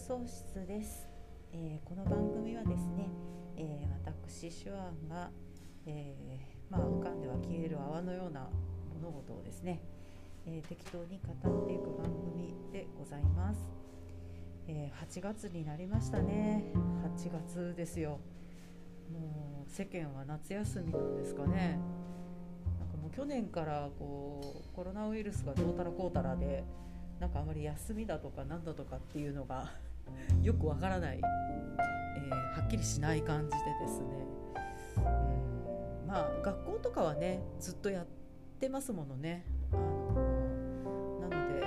送室です。この番組はですね、私手腕が、浮かんでは消える泡のような物事をですね、適当に語っていく番組でございます。8月になりましたね。8月ですよ。もう世間は夏休みなんですかね。なんかもう去年からコロナウイルスがどうたらこうたらで、なんかあまり休みだとかなんだとかっていうのがよくわからない、はっきりしない感じでですね、学校とかはねずっとやってますものね。なので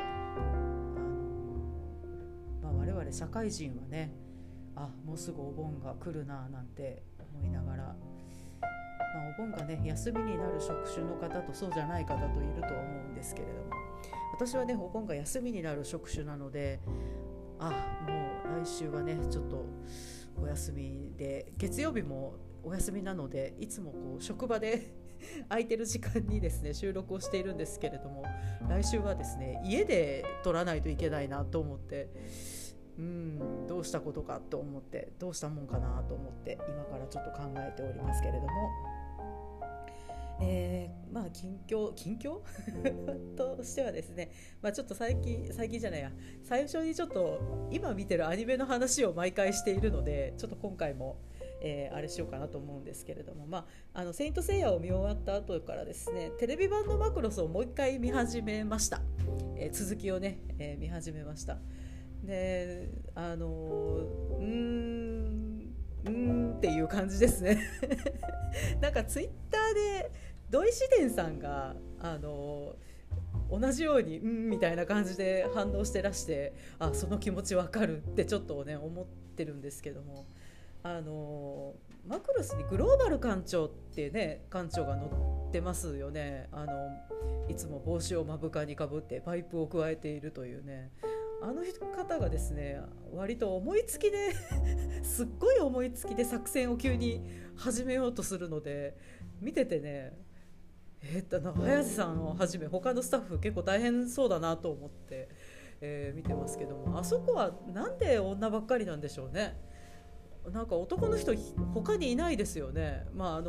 我々社会人はね、もうすぐお盆が来るななんて思いながら、お盆がね休みになる職種の方とそうじゃない方といるとは思うんですけれども、私はねお盆が休みになる職種なので、もう来週はねちょっとお休みで、月曜日もお休みなので、いつも職場で空いてる時間にですね収録をしているんですけれども、来週はですね家で撮らないといけないなと思って、どうしたことかと思って、どうしたもんかなと思って今からちょっと考えておりますけれども、近況としてはですね、ちょっと最近じゃないや、最初にちょっと今見てるアニメの話を毎回しているので、ちょっと今回も、あれしようかなと思うんですけれども、セイントセイヤを見終わった後からですね、テレビ版のマクロスをもう一回見始めました。続きをね、見始めました。で、っていう感じですねなんかツイッターで土井紫伝さんが同じようにみたいな感じで反応してらして、その気持ちわかるってちょっとね思ってるんですけども、マクロスにグローバル館長っていうね館長が乗ってますよね。いつも帽子を目深にかぶってパイプを加えているというね、あの方がですね割と思いつきですっごい思いつきで作戦を急に始めようとするので、見ててね、早瀬さんをはじめ他のスタッフ結構大変そうだなと思って、見てますけども、あそこはなんで女ばっかりなんでしょうね。なんか男の人他にいないですよね。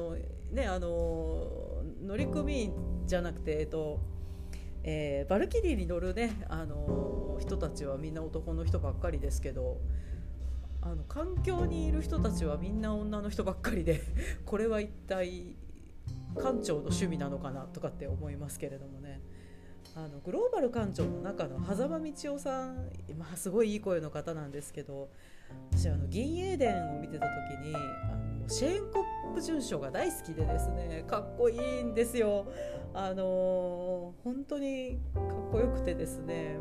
乗組員じゃなくて、バルキリーに乗るね、人たちはみんな男の人ばっかりですけど、環境にいる人たちはみんな女の人ばっかりでこれは一体館長の趣味なのかなとかって思いますけれどもね。グローバル館長の中の狭間道夫さん、すごいいい声の方なんですけど、私銀英伝を見てた時にシェーンコップ准将が大好きでですね、かっこいいんですよ。本当にかっこよくてですね、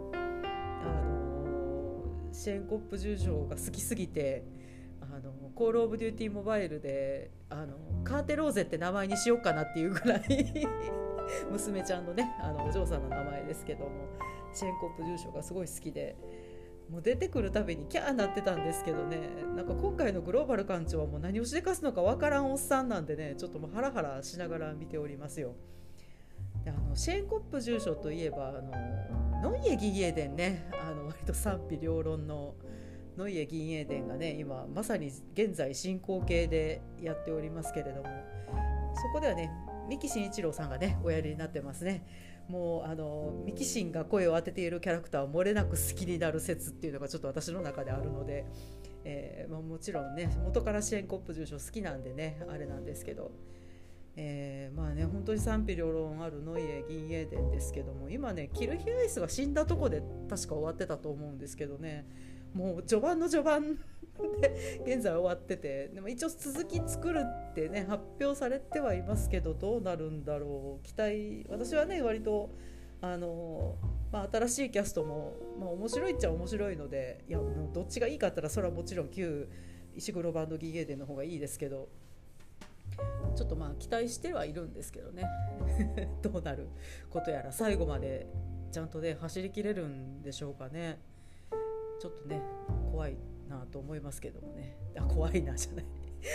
シェーンコップ准将が好きすぎて、コールオブデューティーモバイルでカーテローゼって名前にしようかなっていうぐらい娘ちゃんのねお嬢さんの名前ですけども、シェーンコップ准将がすごい好きで、もう出てくるたびにキャーなってたんですけどね、なんか今回のグローバル館長はもう何をしでかすのかわからんおっさんなんでね、ちょっともうハラハラしながら見ておりますよ。でシェーンコップ准将といえばノイエ銀英伝ね、割と賛否両論のノイエ銀英伝がね今まさに現在進行形でやっておりますけれども、そこではね三木真一郎さんがねおやりになってますね。もう三木真が声を当てているキャラクターを漏れなく好きになる説っていうのがちょっと私の中であるので、もちろんね元からシェーンコップ准将好きなんでねあれなんですけど、本当に賛否両論あるノイエ銀英伝ですけども、今ねキルヒアイスが死んだとこで確か終わってたと思うんですけどね、もう序盤の序盤で現在終わってて、でも一応続き作るってね発表されてはいますけど、どうなるんだろう、期待、私はね割と新しいキャストも、面白いっちゃ面白いので、いやどっちがいいかって言ったらそれはもちろん旧石黒バンドギゲーデンの方がいいですけど、ちょっと期待してはいるんですけどねどうなることやら、最後までちゃんとね走りきれるんでしょうかね。ちょっとね怖いなと思いますけどもね、怖いなじゃない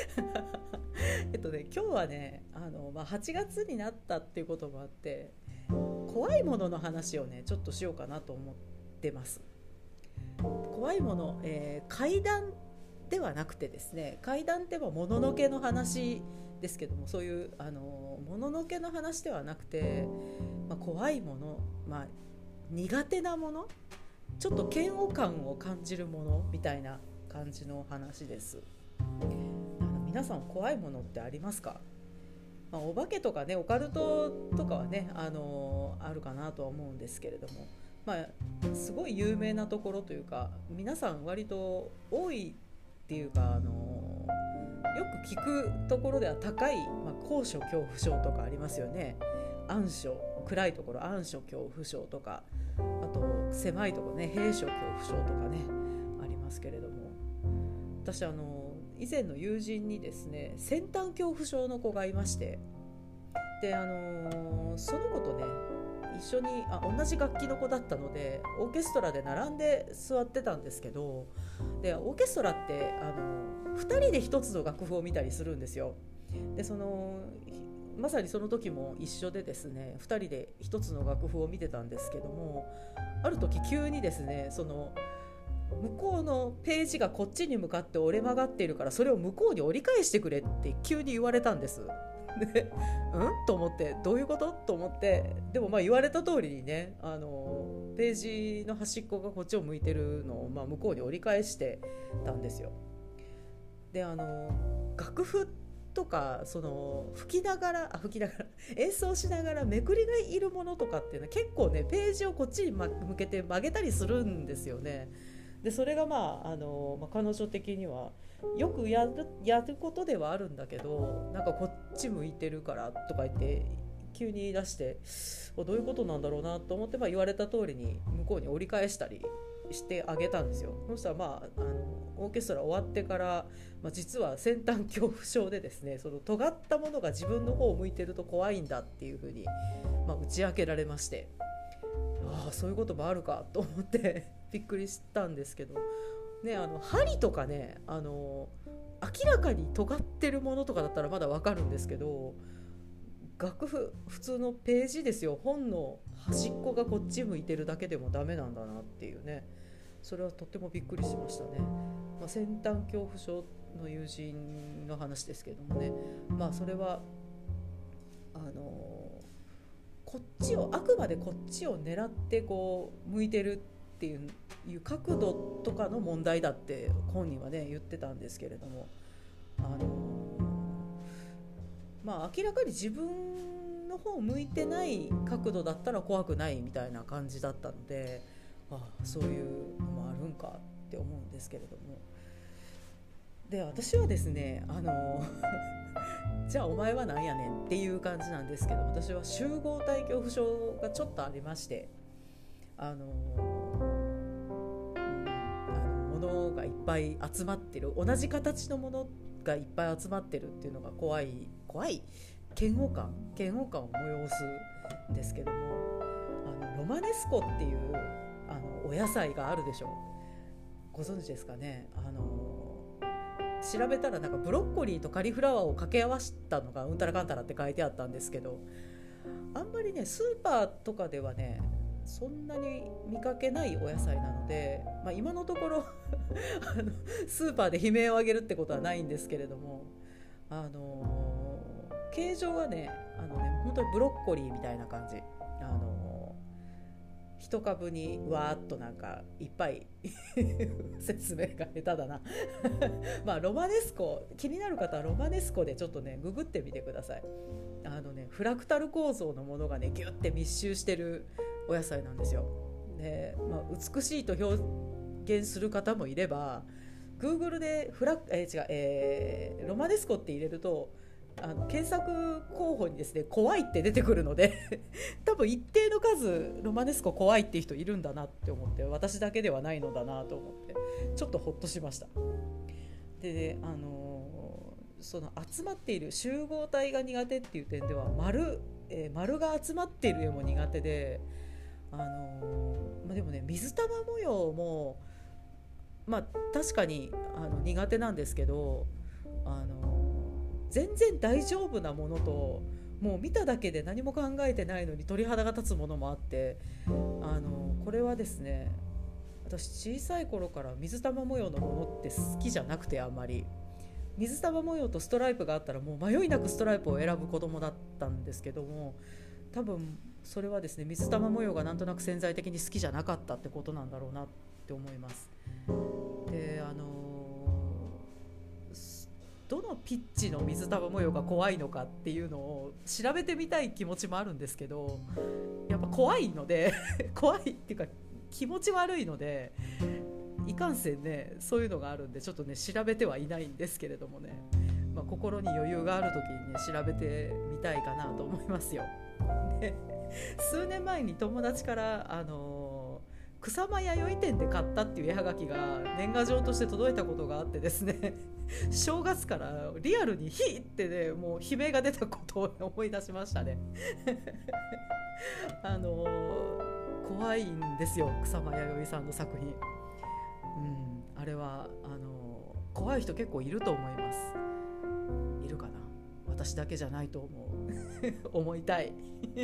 今日はね8月になったっていうこともあって、怖いものの話をねちょっとしようかなと思ってます。 怖いもの、怪談ではなくてですね、怪談ってもののけの話ですけども、そういうもののけの話ではなくて、怖いもの、苦手なもの、ちょっと嫌悪感を感じるものみたいな感じの話です。皆さん怖いものってありますか？お化けとかね、オカルトとかはね、あるかなとは思うんですけれども、すごい有名なところというか、皆さん割と多いっていうか、よく聞くところでは高い、高所恐怖症とかありますよね。暗所、暗いところ暗所恐怖症とか、あと狭いところね、閉所恐怖症とかね、ありますけれども、私以前の友人にですね、先端恐怖症の子がいまして、でその子とね一緒に同じ楽器の子だったので、オーケストラで並んで座ってたんですけど、でオーケストラって2人で1つの楽譜を見たりするんですよ。でまさにその時も一緒でですね、2人で1つの楽譜を見てたんですけども、ある時急にですね、向こうのページがこっちに向かって折れ曲がっているから、それを向こうに折り返してくれって急に言われたんです。でと思って、どういうことと思って、でも言われた通りにね、ページの端っこがこっちを向いてるのを向こうに折り返してたんですよ。で楽譜とか吹きながら演奏しながらめくりがいるものとかっていうのは結構ね、ページをこっちに向けて曲げたりするんですよね。でそれが彼女的にはよくやることではあるんだけど、なんかこっち向いてるからとか言って急に言い出して、どういうことなんだろうなと思って、言われた通りに向こうに折り返したりしてあげたんですよ。そしたらオーケストラ終わってから、実は先端恐怖症でですね、その尖ったものが自分の方を向いてると怖いんだっていうふうに、打ち明けられまして、そういうこともあるかと思ってびっくりしたんですけどね。針とかね、明らかに尖ってるものとかだったらまだわかるんですけど、楽譜普通のページですよ、本の端っこがこっち向いてるだけでもダメなんだなっていうね、それはとってもびっくりしましたね。先端恐怖症の友人の話ですけどもね、それはこっちをあくまでこっちを狙ってこう向いてるっていう角度とかの問題だって本人はね言ってたんですけれども、明らかに自分の方向いてない角度だったら怖くないみたいな感じだったので、そういうのもあるんかって思うんですけれども、で私はですねじゃあお前はなんやねんっていう感じなんですけど、私は集合体恐怖症がちょっとありまして、物がいっぱい集まってる、同じ形のものがいっぱい集まってるっていうのが怖い嫌悪感を催すんですけども、ロマネスコっていうお野菜があるでしょう。ご存知ですかね。調べたらなんかブロッコリーとカリフラワーを掛け合わせたのがうんたらかんたらって書いてあったんですけど、あんまりねスーパーとかではねそんなに見かけないお野菜なので、今のところスーパーで悲鳴を上げるってことはないんですけれども、形状はね本当にブロッコリーみたいな感じ、一株にわーっとなんかいっぱい説明が下手だなロマネスコ気になる方はロマネスコでちょっとねググってみてください。フラクタル構造のものがねギュッて密集してるお野菜なんですよ。で、美しいと表現する方もいれば Google でロマネスコって入れると検索候補にですね怖いって出てくるので多分一定の数ロマネスコ怖いっていう人いるんだなって思って、私だけではないのだなと思ってちょっとホッとしました。で、その集まっている集合体が苦手っていう点では丸が集まっている絵も苦手で、でもね水玉模様も確かに苦手なんですけど、全然大丈夫なものともう見ただけで何も考えてないのに鳥肌が立つものもあって、これはですね私小さい頃から水玉模様のものって好きじゃなくて、あんまり水玉模様とストライプがあったらもう迷いなくストライプを選ぶ子供だったんですけども、多分それはですね、水玉模様がなんとなく潜在的に好きじゃなかったってことなんだろうなって思います。でどのピッチの水玉模様が怖いのかっていうのを調べてみたい気持ちもあるんですけど、やっぱ怖いので怖いっていうか気持ち悪いので、いかんせんね、そういうのがあるんでちょっとね調べてはいないんですけれどもね、心に余裕がある時にね調べてみたいかなと思いますよ。で、数年前に友達から草間彌生店で買ったっていう絵はがきが年賀状として届いたことがあってですね、正月からリアルにヒーってね、もう悲鳴が出たことを思い出しましたね。怖いんですよ、草間彌生さんの作品。あれは怖い人結構いると思います。いるかな、私だけじゃないと思う思いたい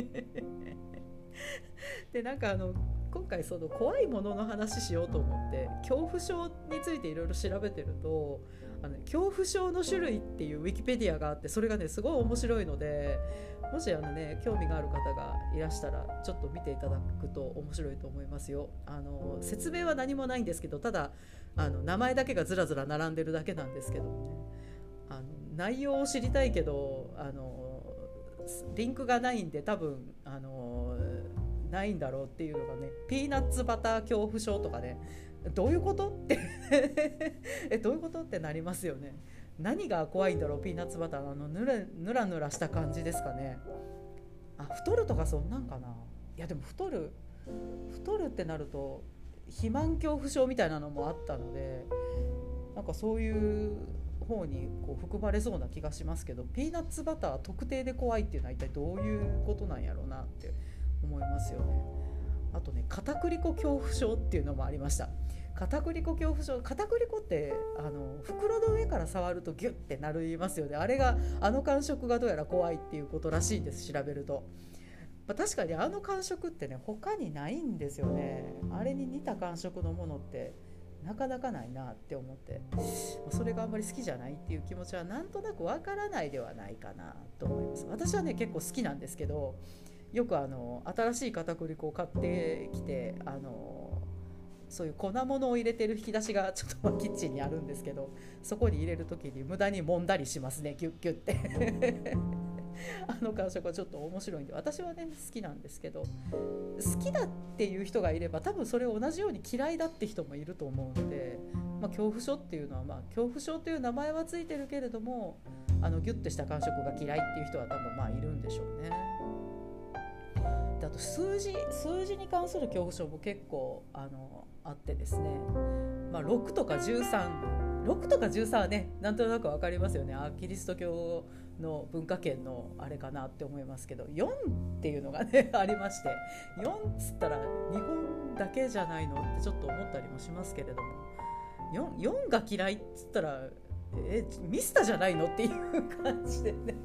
で、なんか今回その怖いものの話しようと思って恐怖症についていろいろ調べてると、恐怖症の種類っていうウィキペディアがあって、それがねすごい面白いので、もし興味がある方がいらしたらちょっと見ていただくと面白いと思いますよ。説明は何もないんですけど、ただ名前だけがずらずら並んでるだけなんですけどね、内容を知りたいけどリンクがないんで多分ないんだろうっていうのがね、ピーナッツバター恐怖症とかね、どういうことってどういうことってなりますよね。何が怖いんだろう、ピーナッツバターのぬらぬらした感じですかね。太るとかそんなんかな。いやでも太るってなると肥満恐怖症みたいなのもあったので、なんかそういう方にこう含まれそうな気がしますけど、ピーナッツバター特定で怖いっていうのは一体どういうことなんやろうなって思いますよね。あとね、片栗粉恐怖症っていうのもありました。片栗粉恐怖症、片栗粉って袋の上から触るとギュッてなりますよね。あれが感触がどうやら怖いっていうことらしいんです、調べると。確かに感触ってね他にないんですよね。あれに似た感触のものってなかなかないなって思って、それがあんまり好きじゃないっていう気持ちはなんとなくわからないではないかなと思います。私はね結構好きなんですけど、よく新しい片栗粉を買ってきてそういう粉物を入れてる引き出しがちょっとキッチンにあるんですけど、そこに入れる時に無駄に揉んだりしますね、ギュッギュッて感触はちょっと面白いんで私はね好きなんですけど、好きだっていう人がいれば多分それを同じように嫌いだって人もいると思うので、恐怖症っていうのは恐怖症という名前はついてるけれどもギュッてした感触が嫌いっていう人は多分いるんでしょうね。であと数字に関する恐怖症も結構あってですね、6とか13はねなんとなく分かりますよね。キリスト教の文化圏のあれかなって思いますけど、4っていうのがねありまして、4っつったら日本だけじゃないのってちょっと思ったりもしますけれども、4が嫌いっつったらミスターじゃないのっていう感じでね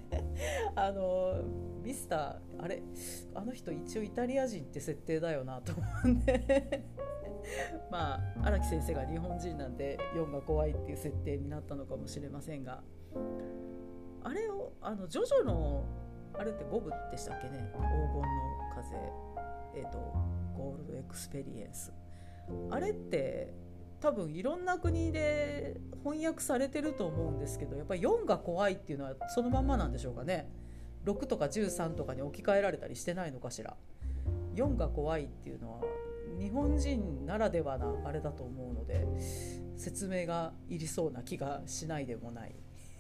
ミスターあの人一応イタリア人って設定だよなと思うんで荒木先生が日本人なんで4が怖いっていう設定になったのかもしれませんが、あれをジョジョのあれって5部でしたっけね、黄金の風、ゴールドエクスペリエンス、あれって多分いろんな国で翻訳されてると思うんですけど、やっぱり4が怖いっていうのはそのまんまなんでしょうかね。6とか13とかに置き換えられたりしてないのかしら。4が怖いっていうのは日本人ならではなあれだと思うので、説明がいりそうな気がしないでもない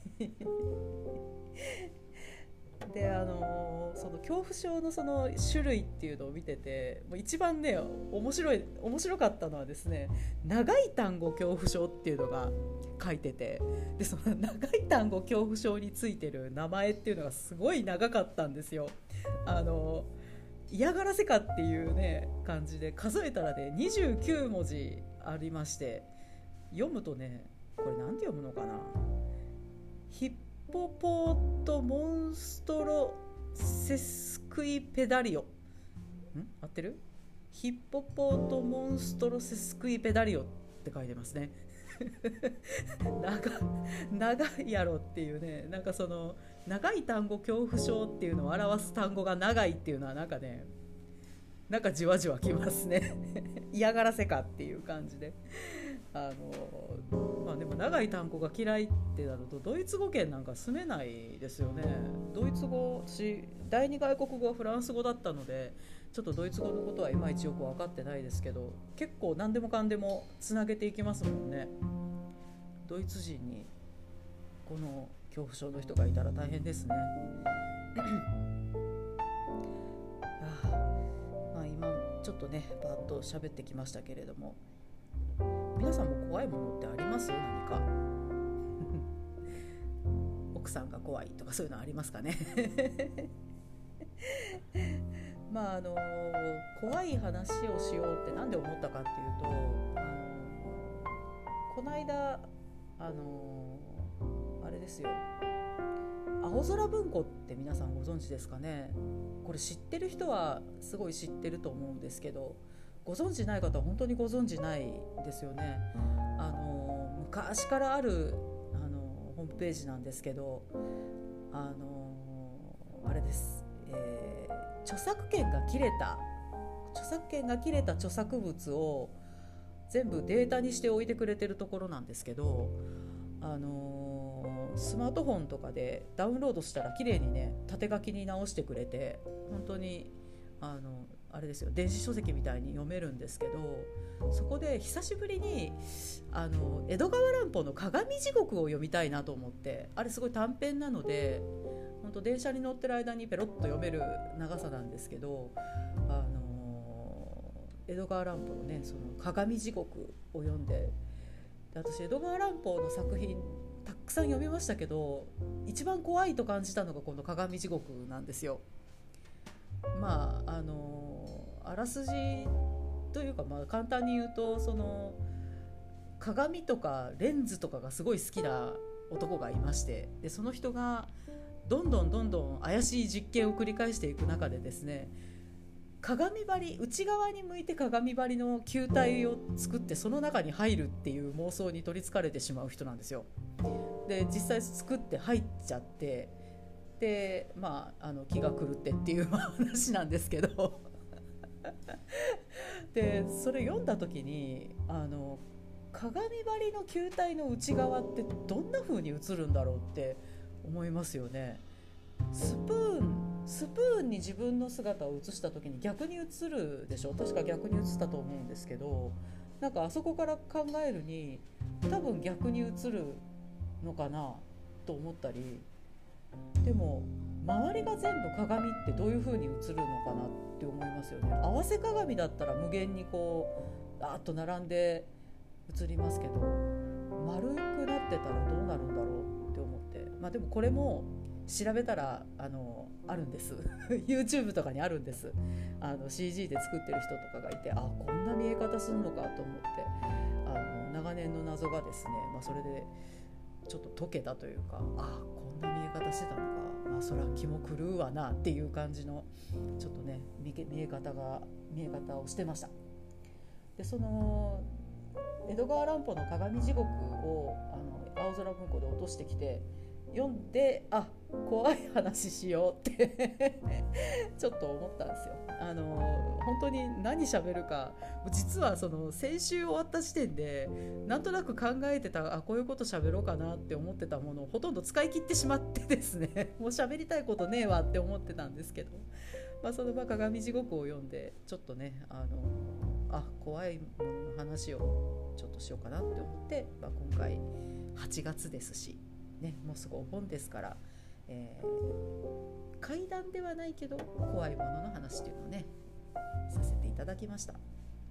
でその恐怖症のその種類っていうのを見てて、もう一番ね面白かったのはですね、長い単語恐怖症っていうのが書いてて、でその長い単語恐怖症についてる名前っていうのがすごい長かったんですよ。嫌がらせかっていうね感じで数えたらね29文字ありまして、読むとねこれなんて読むのかな、ヒッポポートモンストロセスクイペダリオ合ってる？ ヒッポポートモンストロセスクイペダリオって書いてますね長いやろっていうね、なんかその長い単語恐怖症っていうのを表す単語が長いっていうのはなんかね、なんかじわじわきますね嫌がらせかっていう感じで、まあ、でも長い単語が嫌いってなるとドイツ語圏なんか住めないですよね。ドイツ語、私第二外国語はフランス語だったのでちょっとドイツ語のことはいまいちよく分かってないですけど、結構何でもかんでもつなげていきますもんね。ドイツ人にこの恐怖症の人がいたら大変ですねまあ今ちょっとねパーッと喋ってきましたけれども、皆さんも怖いものってあります？何か奥さんが怖いとかそういうのありますかねまあ怖い話をしようってなんで思ったかっていうと、この間あれですよ、青空文庫って皆さんご存知ですかね。これ知ってる人はすごい知ってると思うんですけど、ご存知ない方は本当にご存知ないですよね。昔からあるホームページなんですけど、あれです、著作権が切れた著作物を全部データにしておいてくれてるところなんですけど、スマートフォンとかでダウンロードしたら綺麗にね縦書きに直してくれて、本当にあれですよ、電子書籍みたいに読めるんですけど、そこで久しぶりに江戸川乱歩の鏡地獄を読みたいなと思って、あれすごい短編なので本当電車に乗ってる間にペロッと読める長さなんですけど、江戸川乱歩のねその鏡地獄を読んで、私江戸川乱歩の作品たくさん読みましたけど、一番怖いと感じたのがこの鏡地獄なんですよ。まああらすじというか、まあ簡単に言うと、その鏡とかレンズとかがすごい好きな男がいまして、でその人がどんどん怪しい実験を繰り返していく中でですね、鏡張り、内側に向いて鏡張りの球体を作ってその中に入るっていう妄想に取りつかれてしまう人なんですよ。で実際作って入っちゃって、でまあ気が狂ってっていう話なんですけどでそれ読んだ時に鏡張りの球体の内側ってどんな風に映るんだろうって思いますよね。スプーンに自分の姿を映した時に逆に映るでしょ。確か逆に映ったと思うんですけど、なんかあそこから考えるに多分逆に映るのかなと思ったり、でも周りが全部鏡ってどういう風に映るのかなって思いますよね。合わせ鏡だったら無限にこうダーッと並んで映りますけど、丸くなってたらどうなるんだろうって思って、まあでもこれも調べたらあるんですYouTube とかにあるんです。CG で作ってる人とかがいて、こんな見え方するのかと思って、長年の謎がですね、まあ、それでちょっと解けたというか、こんな見え方してたのか、まあ、そりゃ気も狂うわなっていう感じのちょっとね見え方をしてました。でその江戸川乱歩の鏡地獄を青空文庫で落としてきて読んで、怖い話しようってちょっと思ったんですよ。本当に何喋るか、実はその先週終わった時点でなんとなく考えてた、こういうこと喋ろうかなって思ってたものをほとんど使い切ってしまってですねもう喋りたいことねえわって思ってたんですけど、その鏡地獄を読んでちょっとね怖いものの話をちょっとしようかなって思って、今回8月ですしね、もうすぐお盆ですから、怪談ではないけど怖いものの話っていうのをねさせていただきました、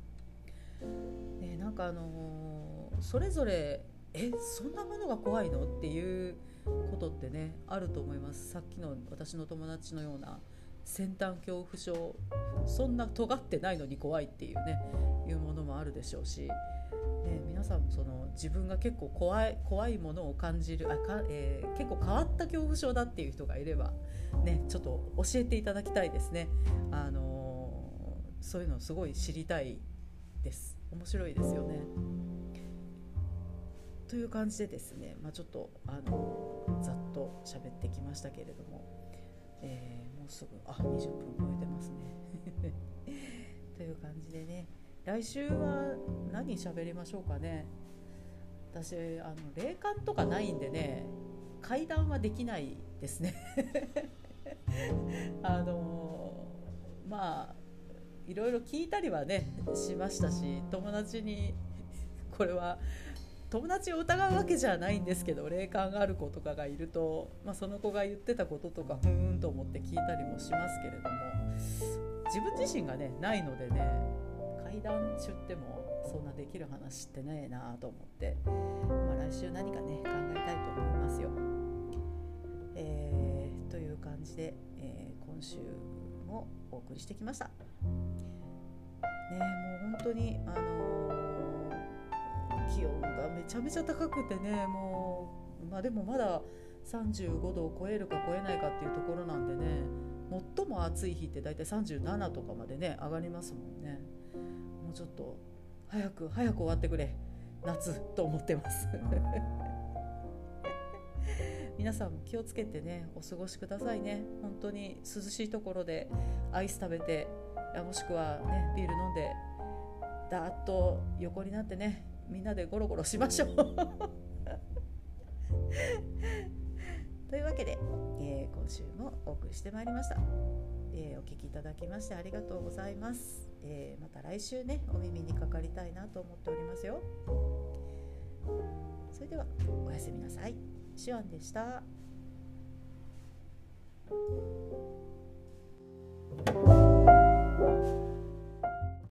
ね、なんかそれぞれそんなものが怖いのっていうことってねあると思います。さっきの私の友達のような先端恐怖症、そんな尖ってないのに怖いっていうねいうものもあるでしょうし、皆さんもその自分が結構怖いものを感じる結構変わった恐怖症だっていう人がいれば、ね、ちょっと教えていただきたいですね。 そういうのすごい知りたいです。面白いですよね。という感じでですね、ちょっとざっと喋ってきましたけれども、もうすぐ20分超えてますねという感じでね、来週は何喋りましょうかね。私霊感とかないんでね、会談はできないですねいろいろ聞いたりはねしましたし、友達にこれは友達を疑うわけじゃないんですけど、霊感がある子とかがいると、その子が言ってたこととかふーんと思って聞いたりもしますけれども、自分自身がねないのでね、怪談中ってもそんなできる話ってねえなと思って、来週何かね考えたいと思いますよ。という感じで、今週もお送りしてきましたね。もう本当に気温がめちゃめちゃ高くてね、もう、でもまだ35度を超えるか超えないかっていうところなんでね、最も暑い日ってだいたい37とかまでね上がりますもんね。もうちょっと早く終わってくれ夏と思ってます皆さんも気をつけてねお過ごしくださいね。本当に涼しいところでアイス食べて、もしくはねビール飲んでだーっと横になってね、みんなでゴロゴロしましょうというわけで、今週もお送りしてまいりました。お聞きいただきましてありがとうございます。また来週ねお耳にかかりたいなと思っておりますよ。それではおやすみなさい。シュアンでした。